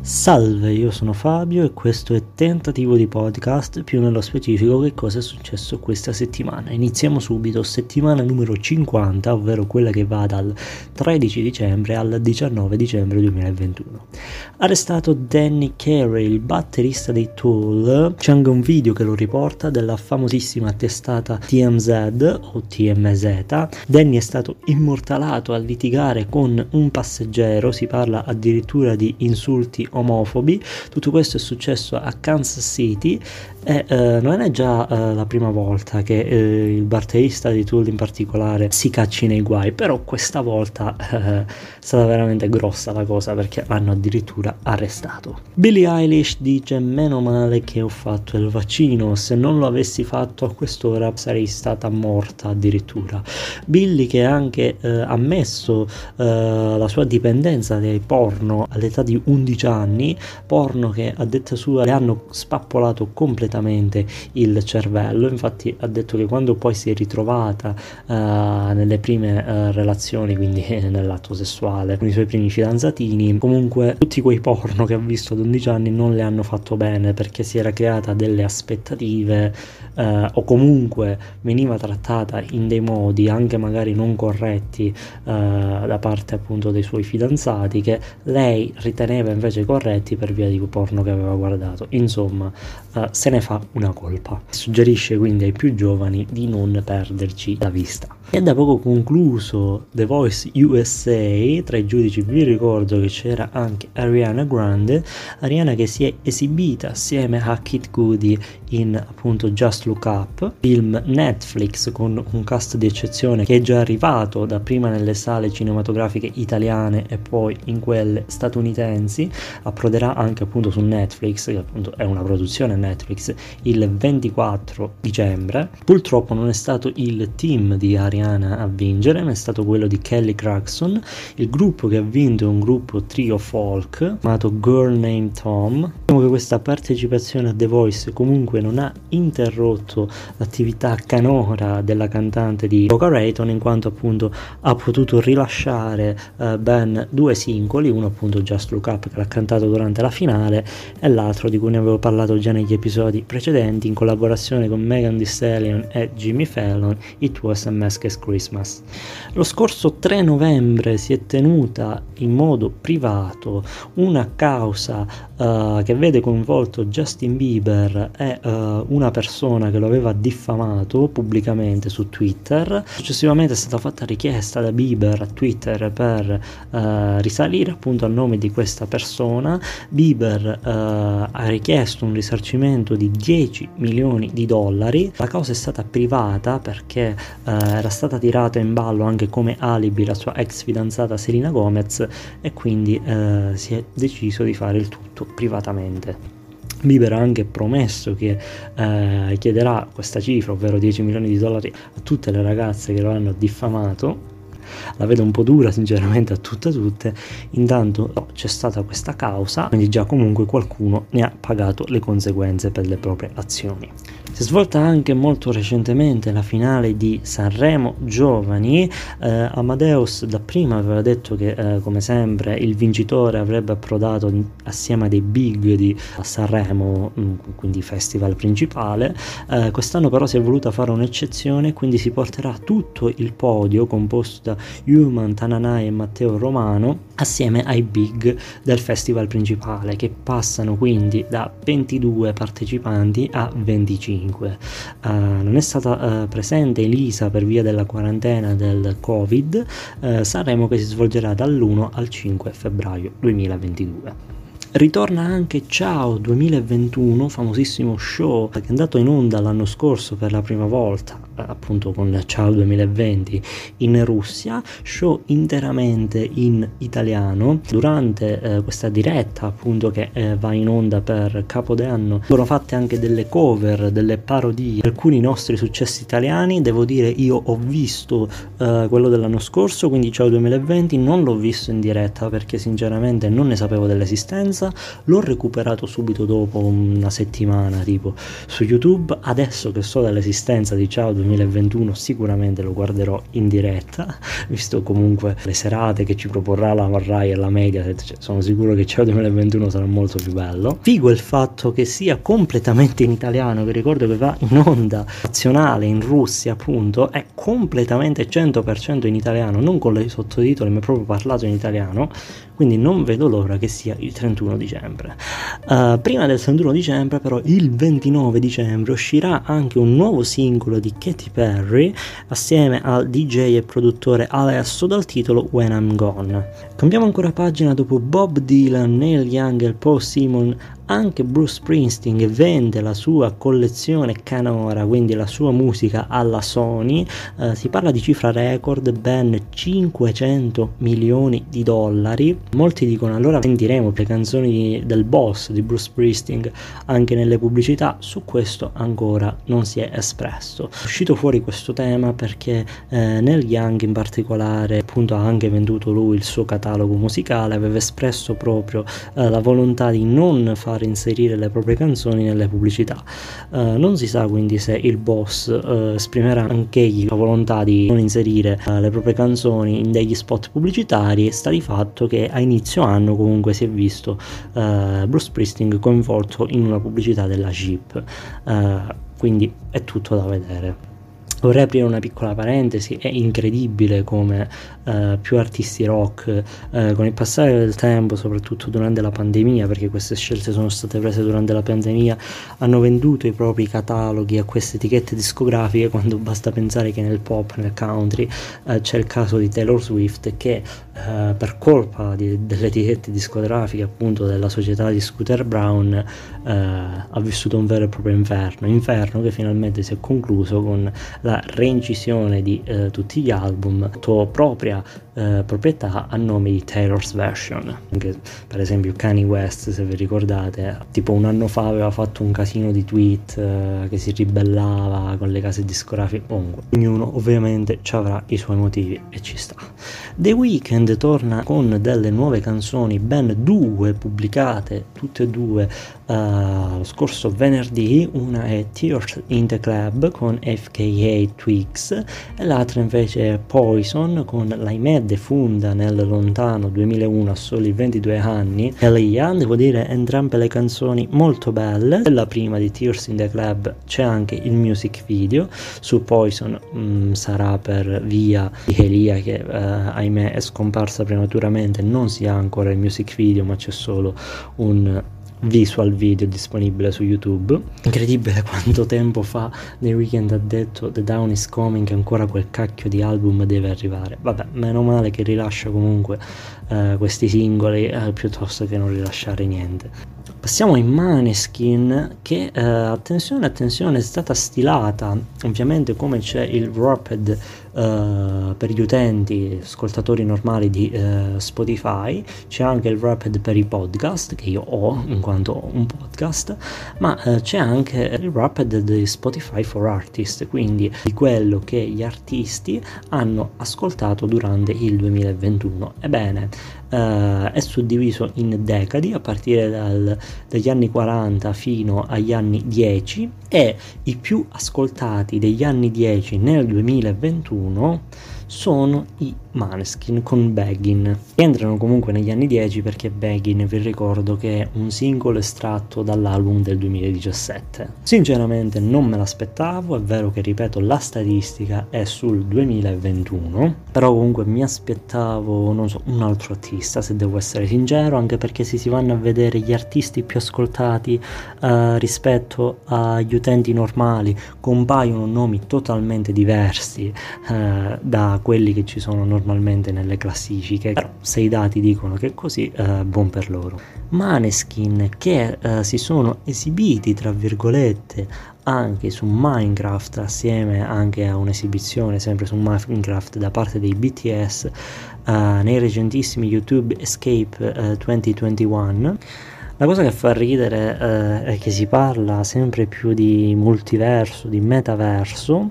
Salve, io sono Fabio e questo è Tentativo di Podcast, più nello specifico che cosa è successo questa settimana. Iniziamo subito, settimana numero 50, ovvero quella che va dal 13 dicembre al 19 dicembre 2021. Arrestato Danny Carey, il batterista dei Tool. C'è anche un video che lo riporta della famosissima testata TMZ o TMZ. Danny è stato immortalato a litigare con un passeggero, si parla addirittura di insulti omofobi. Tutto questo è successo a Kansas City e non è già la prima volta che il batterista di Tool in particolare si cacci nei guai, però questa volta è stata veramente grossa la cosa perché l'hanno addirittura arrestato. Billie Eilish dice: meno male che ho fatto il vaccino, se non lo avessi fatto a quest'ora sarei stata morta addirittura. Billie, che ha anche ammesso la sua dipendenza dai porno all'età di 11 anni, porno che a detta sua le hanno spappolato completamente il cervello. Infatti ha detto che quando poi si è ritrovata nelle prime relazioni, quindi nell'atto sessuale con i suoi primi fidanzatini, comunque tutti quei porno che ha visto ad 11 anni non le hanno fatto bene, perché si era creata delle aspettative o comunque veniva trattata in dei modi anche magari non corretti da parte appunto dei suoi fidanzati, che lei riteneva invece corretti per via di porno che aveva guardato. Insomma, se ne fa una colpa. Suggerisce quindi ai più giovani di non perderci la vista. È da poco concluso The Voice USA. Tra i giudici vi ricordo che c'era anche Ariana Grande, Ariana che si è esibita assieme a Kid Cudi in appunto Just Look Up, film Netflix con un cast di eccezione che è già arrivato dapprima nelle sale cinematografiche italiane e poi in quelle statunitensi. Approderà anche appunto su Netflix, che appunto è una produzione Netflix, il 24 dicembre. Purtroppo non è stato il team di Ariana a vincere, ma è stato quello di Kelly Clarkson. Il gruppo che ha vinto è un gruppo trio folk chiamato Girl Named Tom. Diciamo che questa partecipazione a The Voice comunque non ha interrotto l'attività canora della cantante di Boca Raton, in quanto appunto ha potuto rilasciare ben due singoli, uno appunto Just Look Up che l'ha cantato durante la finale e l'altro di cui ne avevo parlato già negli episodi precedenti in collaborazione con Megan Thee Stallion e Jimmy Fallon, It Was a Masked Christmas. Lo scorso 3 novembre si è tenuta in modo privato una causa che vede coinvolto Justin Bieber e una persona che lo aveva diffamato pubblicamente su Twitter. Successivamente è stata fatta richiesta da Bieber a Twitter per risalire appunto al nome di questa persona. Bieber ha richiesto un risarcimento di $10 milioni. La causa è stata privata perché era stata tirata in ballo anche come alibi la sua ex fidanzata Selena Gomez e quindi si è deciso di fare il tutto privatamente. Bieber ha anche promesso che chiederà questa cifra, ovvero $10 milioni, a tutte le ragazze che lo hanno diffamato. La vedo un po' dura sinceramente a tutte. Intanto c'è stata questa causa, quindi già comunque qualcuno ne ha pagato le conseguenze per le proprie azioni. Si è svolta anche molto recentemente la finale di Sanremo Giovani. Amadeus dapprima aveva detto che come sempre il vincitore avrebbe approdato assieme a dei big di Sanremo, quindi festival principale. Quest'anno però si è voluta fare un'eccezione, quindi si porterà tutto il podio composto da Human, Tananai e Matteo Romano assieme ai big del festival principale, che passano quindi da 22 partecipanti a 25. Non è stata presente Elisa per via della quarantena del Covid. Sanremo che si svolgerà dall'1 al 5 febbraio 2022. Ritorna anche Ciao 2021, famosissimo show che è andato in onda l'anno scorso per la prima volta, appunto con Ciao 2020 in Russia, show interamente in italiano. Durante questa diretta appunto che va in onda per Capodanno sono fatte anche delle cover, delle parodie, alcuni nostri successi italiani. Devo dire, io ho visto quello dell'anno scorso, quindi Ciao 2020, non l'ho visto in diretta perché sinceramente non ne sapevo dell'esistenza. L'ho recuperato subito dopo una settimana tipo su YouTube. Adesso che so dell'esistenza di Ciao 2021 sicuramente lo guarderò in diretta, visto comunque le serate che ci proporrà la Rai e la Mediaset, cioè, sono sicuro che Ciao 2021 sarà molto più bello. Figo il fatto che sia completamente in italiano, vi ricordo che va in onda nazionale in Russia appunto, è completamente 100% in italiano, non con i sottotitoli ma proprio parlato in italiano, quindi non vedo l'ora che sia il 31 dicembre. Prima del 31 dicembre però il 29 dicembre uscirà anche un nuovo singolo di Katy Perry assieme al DJ e produttore Alesso dal titolo When I'm Gone. Cambiamo ancora pagina. Dopo Bob Dylan, Neil Young e Paul Simon, anche Bruce Springsteen vende la sua collezione canora, quindi la sua musica, alla Sony. Si parla di cifra record, ben 500 milioni di dollari. Molti dicono allora sentiremo le canzoni del boss di Bruce Springsteen anche nelle pubblicità. Su questo ancora non si è espresso. È uscito fuori questo tema perché Neil Young in particolare appunto ha anche venduto lui il suo catalogo musicale, aveva espresso proprio la volontà di non fare inserire le proprie canzoni nelle pubblicità. Non si sa quindi se il boss esprimerà anche egli la volontà di non inserire le proprie canzoni in degli spot pubblicitari. Sta di fatto che a inizio anno comunque si è visto Bruce Springsteen coinvolto in una pubblicità della Jeep, quindi è tutto da vedere. Vorrei aprire una piccola parentesi: è incredibile come più artisti rock con il passare del tempo, soprattutto durante la pandemia, perché queste scelte sono state prese durante la pandemia, hanno venduto i propri cataloghi a queste etichette discografiche, quando basta pensare che nel pop, nel country c'è il caso di Taylor Swift che per colpa delle etichette discografiche, appunto della società di Scooter Brown, ha vissuto un vero e proprio inferno che finalmente si è concluso con la reincisione di tutti gli album sotto propria proprietà a nome di Taylor's Version. Anche per esempio Kanye West, se vi ricordate, tipo un anno fa aveva fatto un casino di tweet che si ribellava con le case discografiche. Comunque ognuno ovviamente ci avrà i suoi motivi e ci sta. The Weeknd torna con delle nuove canzoni, ben 2 pubblicate, tutte e 2 lo scorso venerdì. Una è Tears in the Club con FKA Twigs e l'altra invece è Poison con l'Aimed Funda nel lontano 2001 a soli 22 anni. Elia, devo dire entrambe le canzoni molto belle. Nella prima di Tears in the Club c'è anche il music video, su Poison sarà per via di Elia che ahimè è scomparsa prematuramente, non si ha ancora il music video ma c'è solo un visual video disponibile su YouTube. Incredibile quanto tempo fa The Weeknd ha detto The Down is Coming e ancora quel cacchio di album deve arrivare. Vabbè, meno male che rilascia comunque questi singoli piuttosto che non rilasciare niente. Passiamo ai Maneskin che, attenzione, è stata stilata, ovviamente come c'è il Wrapped per gli utenti, ascoltatori normali di Spotify, c'è anche il Wrapped per i podcast, che io ho in quanto ho un podcast, ma c'è anche il Wrapped di Spotify for Artists, quindi di quello che gli artisti hanno ascoltato durante il 2021. Ebbene, è suddiviso in decadi a partire dagli anni 40 fino agli anni 10 e i più ascoltati degli anni 10 nel 2021 sono i Maneskin con Beggin. Entrano comunque negli anni 10 perché Beggin, vi ricordo che è un singolo estratto dall'album del 2017. Sinceramente non me l'aspettavo, è vero che, ripeto, la statistica è sul 2021, però comunque mi aspettavo, non so, un altro artista, se devo essere sincero, anche perché se si vanno a vedere gli artisti più ascoltati rispetto agli utenti normali, compaiono nomi totalmente diversi da quelli che ci sono normalmente nelle classifiche, però se i dati dicono che è così, buon per loro. Maneskin che si sono esibiti tra virgolette anche su Minecraft, assieme anche a un'esibizione sempre su Minecraft da parte dei BTS nei recentissimi YouTube Escape 2021. La cosa che fa ridere è che si parla sempre più di multiverso, di metaverso,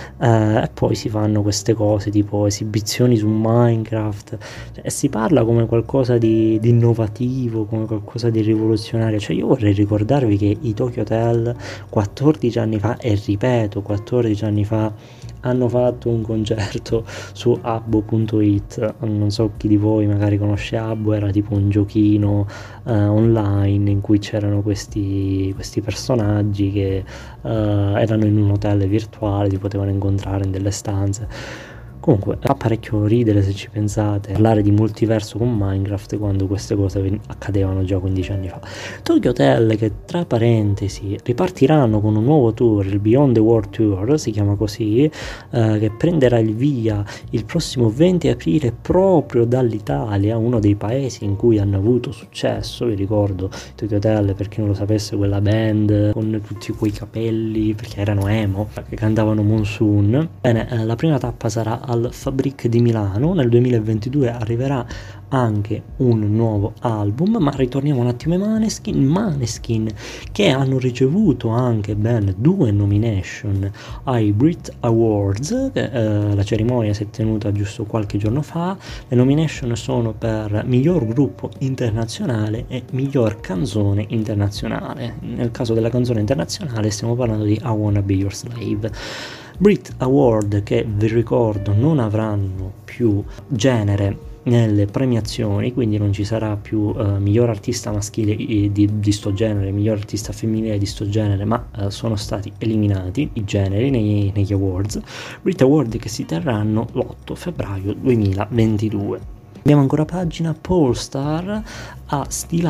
e poi si fanno queste cose tipo esibizioni su Minecraft, e si parla come qualcosa di innovativo, come qualcosa di rivoluzionario. Cioè io vorrei ricordarvi che i Tokyo Hotel 14 anni fa, e ripeto 14 anni fa, hanno fatto un concerto su Habbo.it. Non so chi di voi magari conosce Habbo, era tipo un giochino online in cui c'erano questi personaggi che erano in un hotel virtuale, si potevano incontrare in delle stanze. Comunque fa parecchio ridere se ci pensate, parlare di multiverso con Minecraft quando queste cose accadevano già 15 anni fa. Tokyo Hotel, che tra parentesi ripartiranno con un nuovo tour, il Beyond the World Tour si chiama così, che prenderà il via il prossimo 20 aprile proprio dall'Italia, uno dei paesi in cui hanno avuto successo. Vi ricordo Tokyo Hotel, per chi non lo sapesse, quella band con tutti quei capelli, perché erano emo, che cantavano Monsoon. Bene, la prima tappa sarà al Fabric di Milano. Nel 2022 arriverà anche un nuovo album, ma ritorniamo un attimo ai Maneskin, che hanno ricevuto anche ben 2 nomination ai Brit Awards, la cerimonia si è tenuta giusto qualche giorno fa. Le nomination sono per miglior gruppo internazionale e miglior canzone internazionale. Nel caso della canzone internazionale stiamo parlando di I Wanna Be Your Slave. Brit Award, che vi ricordo non avranno più genere nelle premiazioni, quindi non ci sarà più miglior artista maschile di sto genere, miglior artista femminile di sto genere, ma sono stati eliminati i generi negli awards. Brit Award che si terranno l'8 febbraio 2022. Abbiamo ancora pagina. Polestar ha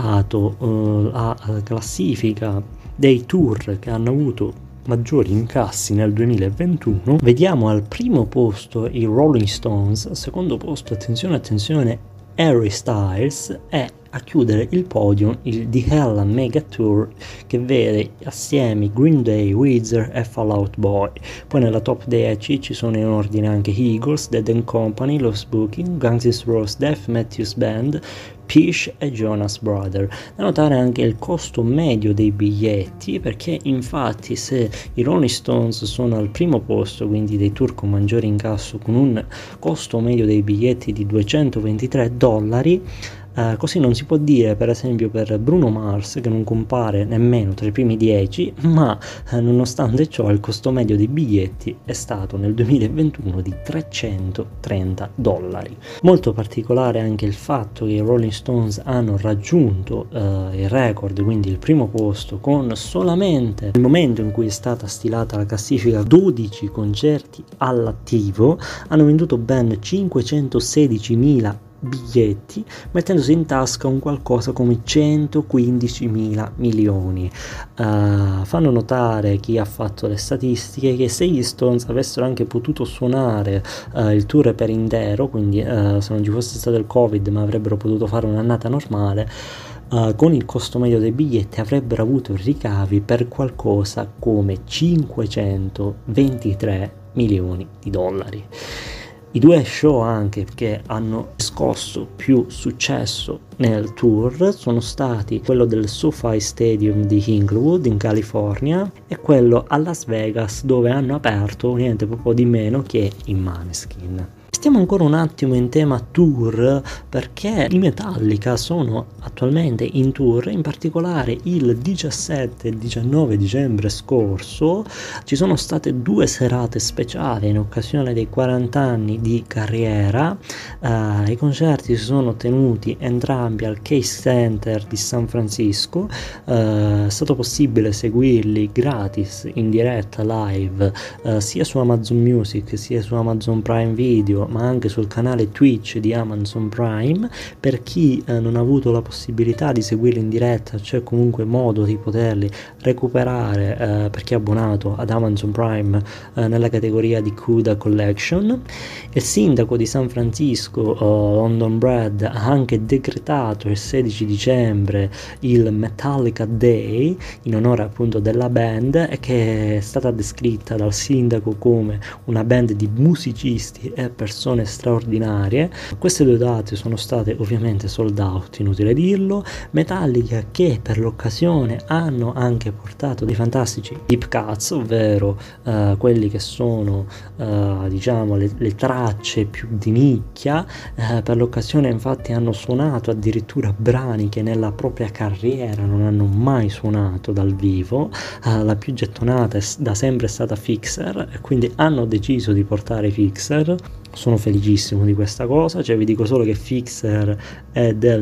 stilato la classifica dei tour che hanno avuto maggiori incassi nel 2021. Vediamo al primo posto i Rolling Stones, al secondo posto, attenzione, Harry Styles, e a chiudere il podio il The Hella Mega Tour, che vede assieme Green Day, Weezer e Fall Out Boy. Poi nella top 10 ci sono in ordine anche Eagles, Dead & Company, Lost Booking, Guns N' Roses, Def Matthews Band, Peach e Jonas Brother. Da notare anche il costo medio dei biglietti, perché infatti se i Rolling Stones sono al primo posto, quindi dei tour con maggiore incasso, con un costo medio dei biglietti di $223, così non si può dire per esempio per Bruno Mars, che non compare nemmeno tra i primi 10, ma nonostante ciò il costo medio dei biglietti è stato nel 2021 di $330. Molto particolare anche il fatto che i Rolling Stones hanno raggiunto il record, quindi il primo posto, con solamente nel momento in cui è stata stilata la classifica 12 concerti all'attivo. Hanno venduto ben 516.000 biglietti, mettendosi in tasca un qualcosa come 115.000 milioni. Fanno notare chi ha fatto le statistiche che se gli Stones avessero anche potuto suonare il tour per intero, quindi se non ci fosse stato il Covid, ma avrebbero potuto fare un'annata normale, con il costo medio dei biglietti avrebbero avuto ricavi per qualcosa come 523 milioni di dollari. I 2 show anche che hanno scosso più successo nel tour sono stati quello del SoFi Stadium di Inglewood in California e quello a Las Vegas, dove hanno aperto niente poco di meno che i Maneskin. Stiamo ancora un attimo in tema tour, perché i Metallica sono attualmente in tour. In particolare il 17 e 19 dicembre scorso ci sono state 2 serate speciali in occasione dei 40 anni di carriera. I concerti si sono tenuti entrambi al Chase Center di San Francisco. È stato possibile seguirli gratis in diretta live sia su Amazon Music sia su Amazon Prime Video, ma anche sul canale Twitch di Amazon Prime. Per chi non ha avuto la possibilità di seguirli in diretta, c'è comunque modo di poterli recuperare per chi è abbonato ad Amazon Prime nella categoria di CUDA Collection. Il sindaco di San Francisco, London Brad, ha anche decretato il 16 dicembre il Metallica Day in onore appunto della band, che è stata descritta dal sindaco come una band di musicisti e persone persone straordinarie. Queste due date sono state ovviamente sold out, inutile dirlo. Metallica, che per l'occasione hanno anche portato dei fantastici deep cuts, ovvero quelli che sono diciamo le tracce più di nicchia. Per l'occasione infatti hanno suonato addirittura brani che nella propria carriera non hanno mai suonato dal vivo. La più gettonata da sempre è stata Fixer, e quindi hanno deciso di portare Fixer. Sono felicissimo di questa cosa, cioè vi dico solo che Fixer è del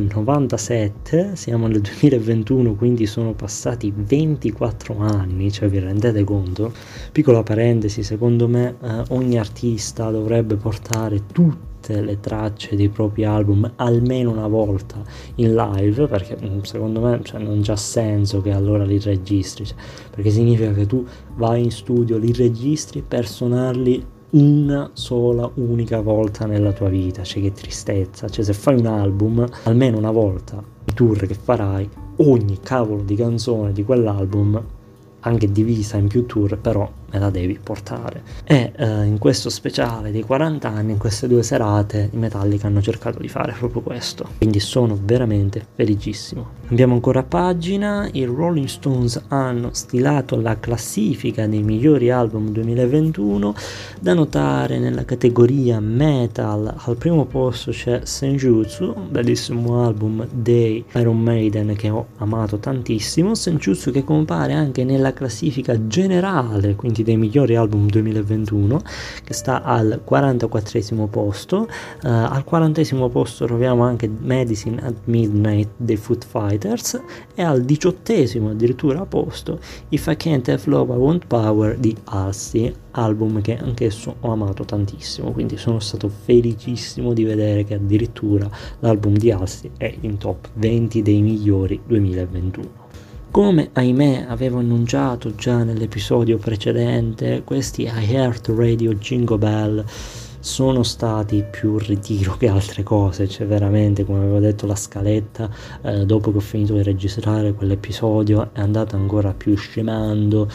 97, siamo nel 2021, quindi sono passati 24 anni, cioè vi rendete conto? Piccola parentesi, secondo me ogni artista dovrebbe portare tutte le tracce dei propri album almeno una volta in live, perché secondo me non c'ha senso che allora li registri, perché significa che tu vai in studio, li registri per suonarli una sola unica volta nella tua vita. Cioè che tristezza, cioè se fai un album almeno una volta, i tour che farai, ogni cavolo di canzone di quell'album, anche divisa in più tour, però me la devi portare. E in questo speciale dei 40 anni, in queste due serate, i Metallica hanno cercato di fare proprio questo, quindi sono veramente felicissimo. Andiamo ancora a pagina. I Rolling Stones hanno stilato la classifica dei migliori album 2021. Da notare nella categoria metal al primo posto c'è Senjutsu, un bellissimo album dei Iron Maiden che ho amato tantissimo. Senjutsu che compare anche nella classifica generale, quindi dei migliori album 2021, che sta al 44esimo posto. Al 40esimo posto troviamo anche Medicine at Midnight dei Foo Fighters, e al 18esimo addirittura posto If I Can't Have Love I Want Power di Halsey, album che anch'esso ho amato tantissimo, quindi sono stato felicissimo di vedere che addirittura l'album di Halsey è in top 20 dei migliori 2021. Come ahimè avevo annunciato già nell'episodio precedente, questi iHeartRadio Jingle Bell sono stati più ritiro che altre cose, cioè veramente, come avevo detto, la scaletta dopo che ho finito di registrare quell'episodio è andata ancora più scemando.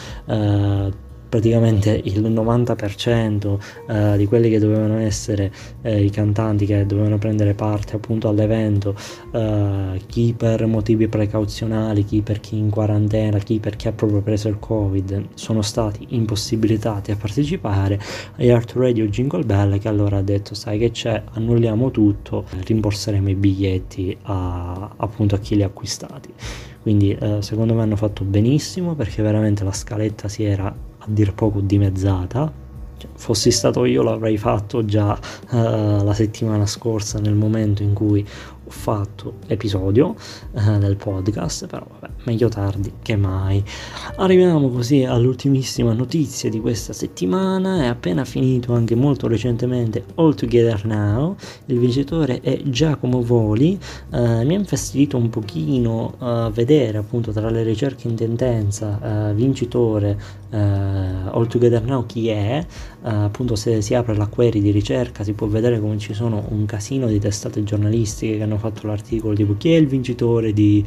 Praticamente il 90% di quelli che dovevano essere i cantanti che dovevano prendere parte appunto all'evento, chi per motivi precauzionali, chi per chi in quarantena, chi per chi ha proprio preso il Covid, sono stati impossibilitati a partecipare. iHeartRadio Jingle Bell che allora ha detto: sai che c'è, annulliamo tutto, rimborseremo i biglietti appunto a chi li ha acquistati. Quindi secondo me hanno fatto benissimo, perché veramente la scaletta si era a dir poco dimezzata. Fossi stato io l'avrei fatto già la settimana scorsa, nel momento in cui ho fatto l'episodio del podcast, però vabbè, meglio tardi che mai. Arriviamo così all'ultimissima notizia di questa settimana. È appena finito anche molto recentemente All Together Now, il vincitore è Giacomo Voli. Mi ha infastidito un pochino vedere appunto tra le ricerche in tendenza vincitore All Together Now chi è. Appunto, se si apre la query di ricerca si può vedere come ci sono un casino di testate giornalistiche che hanno fatto l'articolo tipo: chi è il vincitore di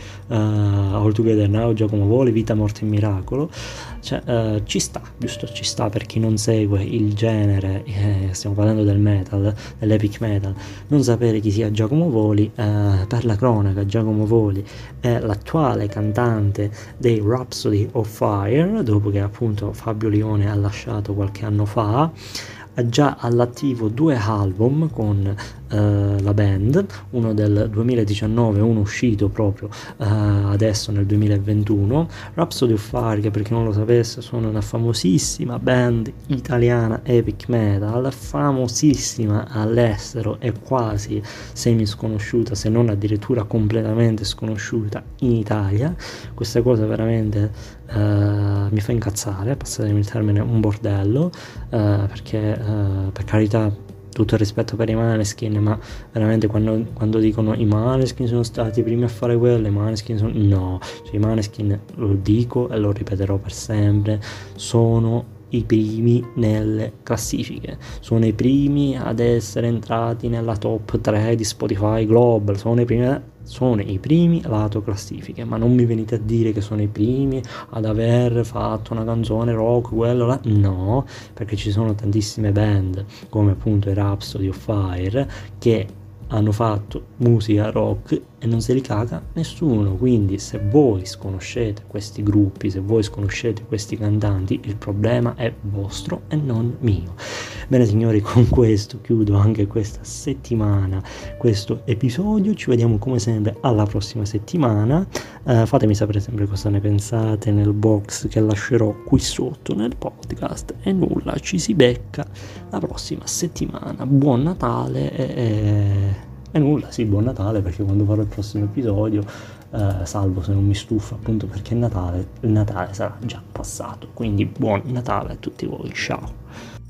All Together Now? Giacomo Voli, Vita, Morte e Miracolo. Cioè ci sta, giusto, ci sta per chi non segue il genere, stiamo parlando del metal, dell'epic metal, non sapere chi sia Giacomo Voli. Per la cronaca, Giacomo Voli è l'attuale cantante dei Rhapsody of Fire, dopo che appunto Fabio Lione ha lasciato qualche anno fa. Ha già all'attivo 2 album con la band, uno del 2019 e uno uscito proprio adesso nel 2021. Rhapsody of Fire, che per chi non lo sapesse sono una famosissima band italiana epic metal, famosissima all'estero e quasi semi sconosciuta, se non addirittura completamente sconosciuta in Italia. Questa cosa veramente mi fa incazzare, passatemi il termine, un bordello, perché per carità, tutto il rispetto per i Maneskin, ma veramente quando dicono i Maneskin sono stati i primi a fare quello, i Maneskin sono... no, cioè i Maneskin, lo dico e lo ripeterò per sempre, sono i primi nelle classifiche, sono i primi ad essere entrati nella top 3 di Spotify Global, sono i primi sono i primi lato classifiche, ma non mi venite a dire che sono i primi ad aver fatto una canzone rock, quello là, no, perché ci sono tantissime band come appunto i Rhapsody of Fire che hanno fatto musica rock e non se li caga nessuno. Quindi se voi sconoscete questi gruppi, se voi sconoscete questi cantanti, il problema è vostro e non mio. Bene signori, con questo chiudo anche questa settimana questo episodio, ci vediamo come sempre alla prossima settimana. Fatemi sapere sempre cosa ne pensate nel box che lascerò qui sotto nel podcast, e nulla, ci si becca la prossima settimana. Buon Natale e nulla, sì, buon Natale, perché quando farò il prossimo episodio, salvo se non mi stufa, appunto perché è Natale, il Natale sarà già passato. Quindi buon Natale a tutti voi, ciao.